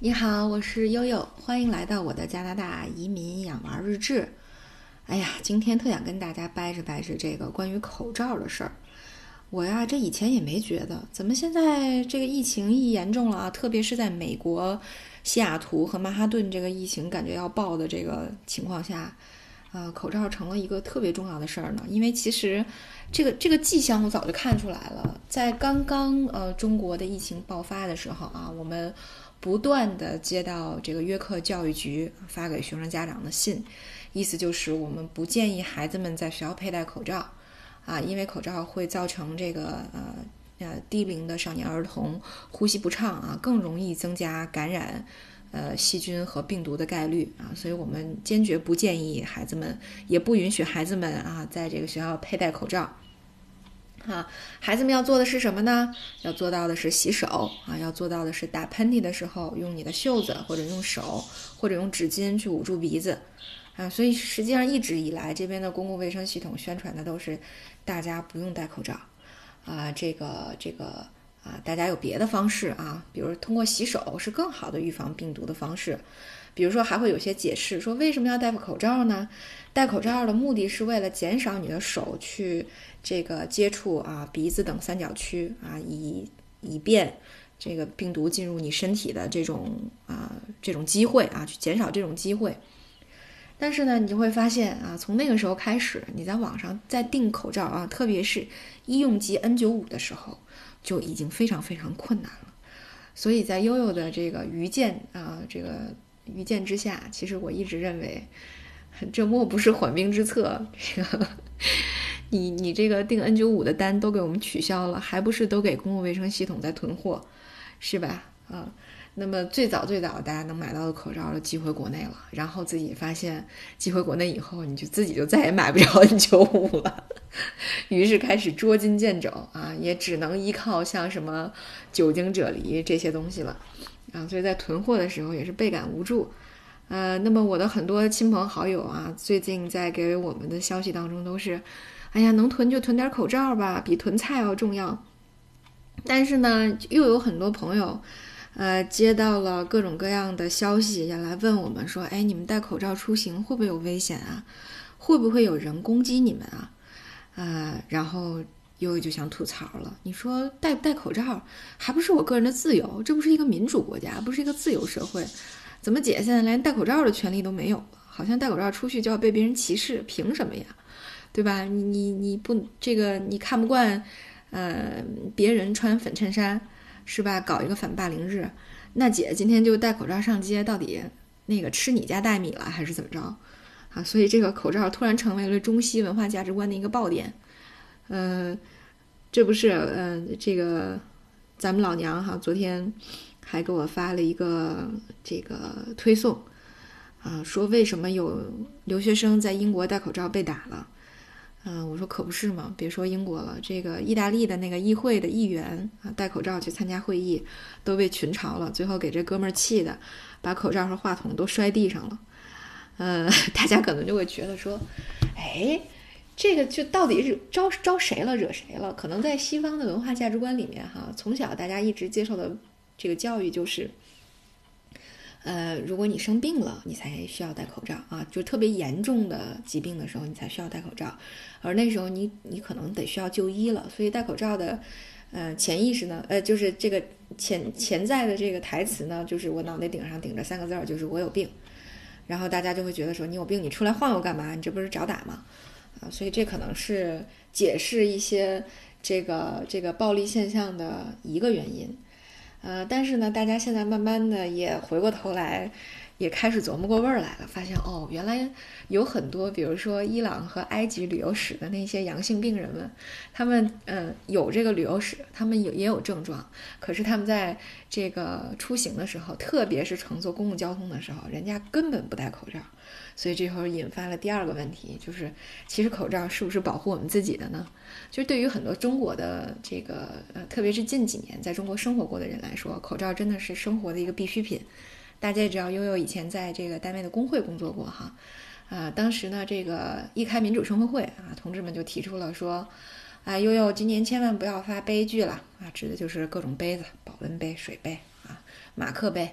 你好，我是悠悠，欢迎来到我的加拿大移民养娃日志。哎呀，今天特想跟大家掰扯掰扯这个关于口罩的事儿。我呀，这以前也没觉得，怎么现在这个疫情一严重了啊？特别是在美国西雅图和曼哈顿这个疫情感觉要爆的这个情况下，口罩成了一个特别重要的事儿呢。因为其实这个迹象我早就看出来了，在刚刚中国的疫情爆发的时候啊，我们不断的接到这个约克教育局发给学生家长的信，意思就是我们不建议孩子们在学校佩戴口罩。因为口罩会造成这个低龄的少年儿童呼吸不畅啊，更容易增加感染细菌和病毒的概率啊，所以我们坚决不建议孩子们，也不允许孩子们在这个学校佩戴口罩。孩子们要做的是什么呢？要做到的是洗手要做到的是打喷嚏的时候用你的袖子或者用手或者用纸巾去捂住鼻子。所以实际上一直以来这边的公共卫生系统宣传的都是大家不用戴口罩大家有别的方式比如通过洗手是更好的预防病毒的方式。比如说还会有些解释说为什么要戴口罩呢？戴口罩的目的是为了减少你的手去这个接触鼻子等三角区以便这个病毒进入你身体的这种机会去减少这种机会。但是呢，你就会发现从那个时候开始，你在网上在订口罩特别是医用级 N95 的时候，就已经非常非常困难了。所以在悠悠的这个愚见之下，其实我一直认为，这莫不是缓兵之策。你这个订 N95 的单都给我们取消了，还不是都给公共卫生系统在囤货，是吧？那么最早大家能买到的口罩都寄回国内了，然后自己发现寄回国内以后，你自己就再也买不着 N95 了，于是开始捉襟见肘也只能依靠像什么酒精啫喱这些东西了所以在囤货的时候也是倍感无助。那么我的很多亲朋好友最近在给我们的消息当中都是，哎呀，能囤就囤点口罩吧，比囤菜要重要。但是呢，又有很多朋友接到了各种各样的消息要来问我们说，哎，你们戴口罩出行会不会有危险会不会有人攻击你们然后又就想吐槽了，你说戴不戴口罩还不是我个人的自由，这不是一个民主国家，不是一个自由社会，怎么姐现在连戴口罩的权利都没有了？好像戴口罩出去就要被别人歧视，凭什么呀？对吧？你不这个你看不惯别人穿粉衬衫是吧？搞一个反霸凌日，那姐今天就戴口罩上街，到底那个吃你家大米了还是怎么着所以这个口罩突然成为了中西文化价值观的一个爆点。这不是这个咱们老娘昨天还给我发了一个这个推送说为什么有留学生在英国戴口罩被打了。我说可不是嘛，别说英国了，这个意大利的那个议会的议员戴口罩去参加会议都被群嘲了，最后给这哥们儿气的把口罩和话筒都摔地上了。大家可能就会觉得说，哎，这个就到底是招谁了，惹谁了？可能在西方的文化价值观里面从小大家一直接受的这个教育就是如果你生病了你才需要戴口罩就特别严重的疾病的时候你才需要戴口罩，而那时候你可能得需要就医了，所以戴口罩的潜意识呢就是这个潜在的这个台词呢，就是我脑袋顶上顶着3个字，就是我有病。然后大家就会觉得说，你有病你出来晃悠干嘛？你这不是找打吗？所以这可能是解释一些这个暴力现象的一个原因。但是呢，大家现在慢慢的也回过头来，也开始琢磨过味儿来了，发现原来有很多，比如说伊朗和埃及旅游史的那些阳性病人们，他们有这个旅游史，他们也有症状，可是他们在这个出行的时候，特别是乘坐公共交通的时候，人家根本不戴口罩。所以这会儿引发了第二个问题，就是其实口罩是不是保护我们自己的呢？就是对于很多中国的这个特别是近几年在中国生活过的人来说，口罩真的是生活的一个必需品。大家也知道，悠悠以前在这个单位的工会工作过当时呢这个一开民主生活会同志们就提出了说悠悠今年千万不要发杯具了指的就是各种杯子，保温杯、水杯马克杯。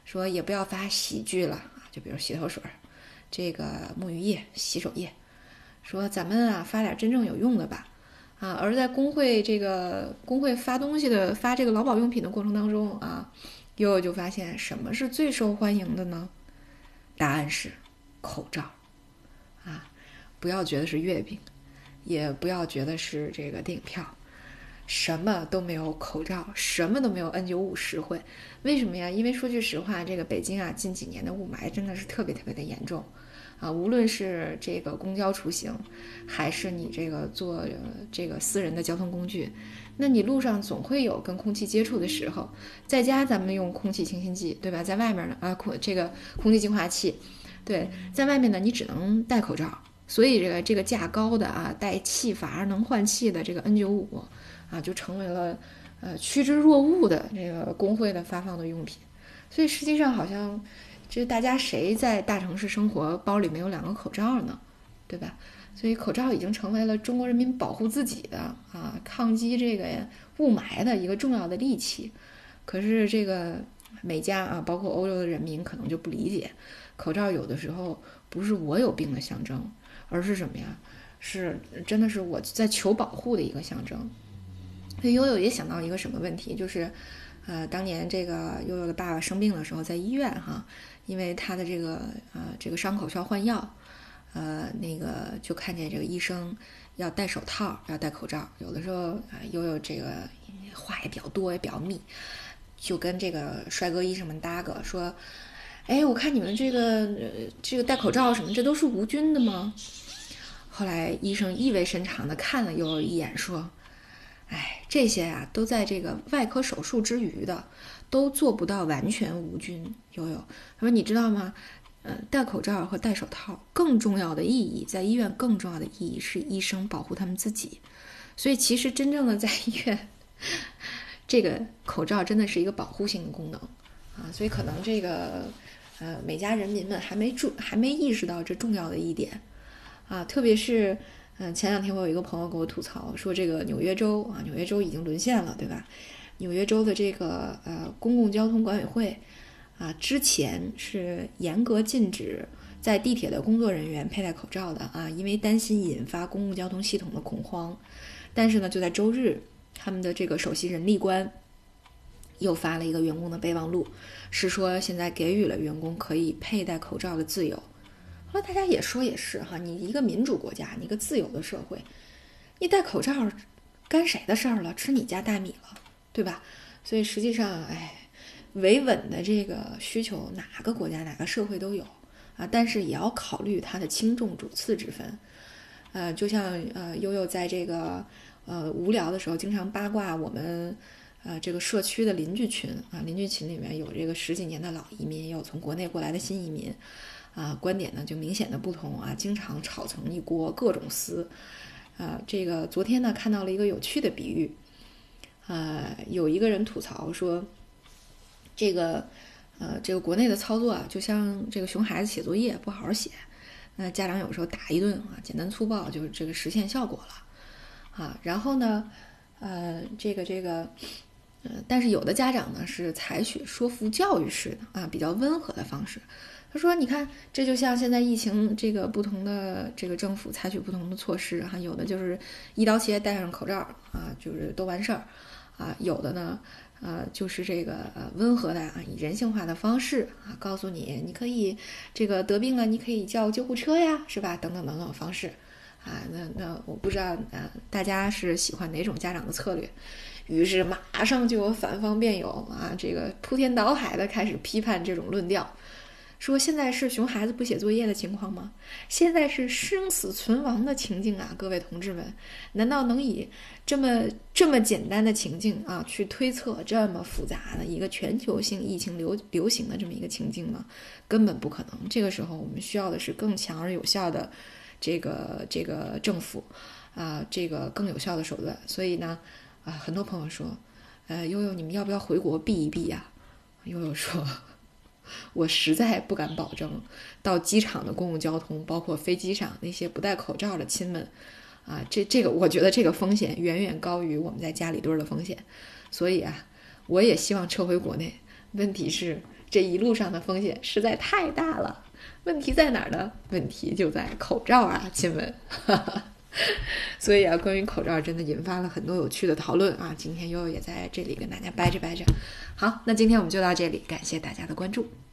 说也不要发洗具了啊，就比如洗头水、这个沐浴液、洗手液，说咱们啊发点真正有用的吧。啊，而在工会发东西的发这个劳保用品的过程当中啊，悠悠就发现什么是最受欢迎的呢？答案是口罩啊！不要觉得是月饼，也不要觉得是这个电影票，什么都没有口罩，什么都没有 N95实惠。为什么呀？因为说句实话，这个北京啊近几年的雾霾真的是特别特别的严重啊！无论是这个公交出行，还是你这个坐这个私人的交通工具，那你路上总会有跟空气接触的时候。在家咱们用空气清新剂，对吧？在外面呢这个空气净化器，对，在外面呢你只能戴口罩。所以这个价高的啊带气阀能换气的这个 N95啊，就成为了趋之若鹜的这个工会的发放的用品。所以实际上好像这大家谁在大城市生活包里没有2个口罩呢？对吧？所以口罩已经成为了中国人民保护自己的啊抗击这个雾霾的一个重要的利器。可是这个美加啊包括欧洲的人民可能就不理解，口罩有的时候不是我有病的象征，而是什么呀？是真的是我在求保护的一个象征。所以悠悠也想到一个什么问题，就是当年这个悠悠的爸爸生病的时候在医院哈，因为他的这个伤口需要换药，那个就看见这个医生要戴手套，要戴口罩。有的时候悠悠这个话也比较多，也比较密，就跟这个帅哥医生们搭个说，哎，我看你们这个戴口罩什么，这都是无菌的吗？后来医生意味深长地看了悠悠一眼，说，哎，这些啊都在这个外科手术之余的，都做不到完全无菌。悠悠，他说你知道吗？戴口罩和戴手套更重要的意义，在医院更重要的意义是医生保护他们自己。所以其实真正的在医院，这个口罩真的是一个保护性的功能啊。所以可能这个美加人民们还没意识到这重要的一点啊。特别是前2天我有一个朋友给我吐槽说，这个纽约州啊，纽约州已经沦陷了，对吧？纽约州的这个公共交通管委会啊，之前是严格禁止在地铁的工作人员佩戴口罩的啊，因为担心引发公共交通系统的恐慌。但是呢，就在周日，他们的这个首席人力官又发了一个员工的备忘录，是说现在给予了员工可以佩戴口罩的自由。后来大家也说也是哈，你一个民主国家，你一个自由的社会，你戴口罩干谁的事儿了？吃你家大米了，对吧？所以实际上，维稳的这个需求，哪个国家哪个社会都有啊，但是也要考虑它的轻重主次之分。就像悠悠在这个无聊的时候，经常八卦我们这个社区的邻居群啊，邻居群里面有这个10几年的老移民，也有从国内过来的新移民啊，观点呢就明显的不同啊，经常炒成一锅，各种撕这个昨天呢看到了一个有趣的比喻有一个人吐槽说，这个国内的操作啊，就像这个熊孩子写作业不好好写，那家长有时候打一顿啊，简单粗暴就是这个实现效果了啊。然后呢，但是有的家长呢是采取说服教育式的啊，比较温和的方式。他说：“你看，这就像现在疫情这个不同的这个政府采取不同的措施哈，有的就是一刀切戴上口罩啊，就是都完事儿啊，有的呢。”就是这个温和的以人性化的方式啊，告诉你，你可以这个得病了，你可以叫救护车呀，是吧？等等等等方式啊，那我不知道大家是喜欢哪种家长的策略？于是马上就有反方辩友啊，这个铺天倒海的开始批判这种论调。说现在是熊孩子不写作业的情况吗？现在是生死存亡的情境啊，各位同志们，难道能以这么简单的情境啊，去推测这么复杂的一个全球性疫情流行的这么一个情境吗？根本不可能。这个时候我们需要的是更强而有效的这个政府啊，这个更有效的手段。所以呢，很多朋友说，悠悠你们要不要回国避一避呀？悠悠说，我实在不敢保证到机场的公共交通，包括飞机上那些不戴口罩的亲们啊，这个我觉得这个风险远远高于我们在家里蹲的风险。所以啊，我也希望撤回国内。问题是这一路上的风险实在太大了。问题在哪儿呢？问题就在口罩啊，亲们。所以啊，关于口罩真的引发了很多有趣的讨论啊。今天悠悠也在这里跟大家掰着。好，那今天我们就到这里，感谢大家的关注。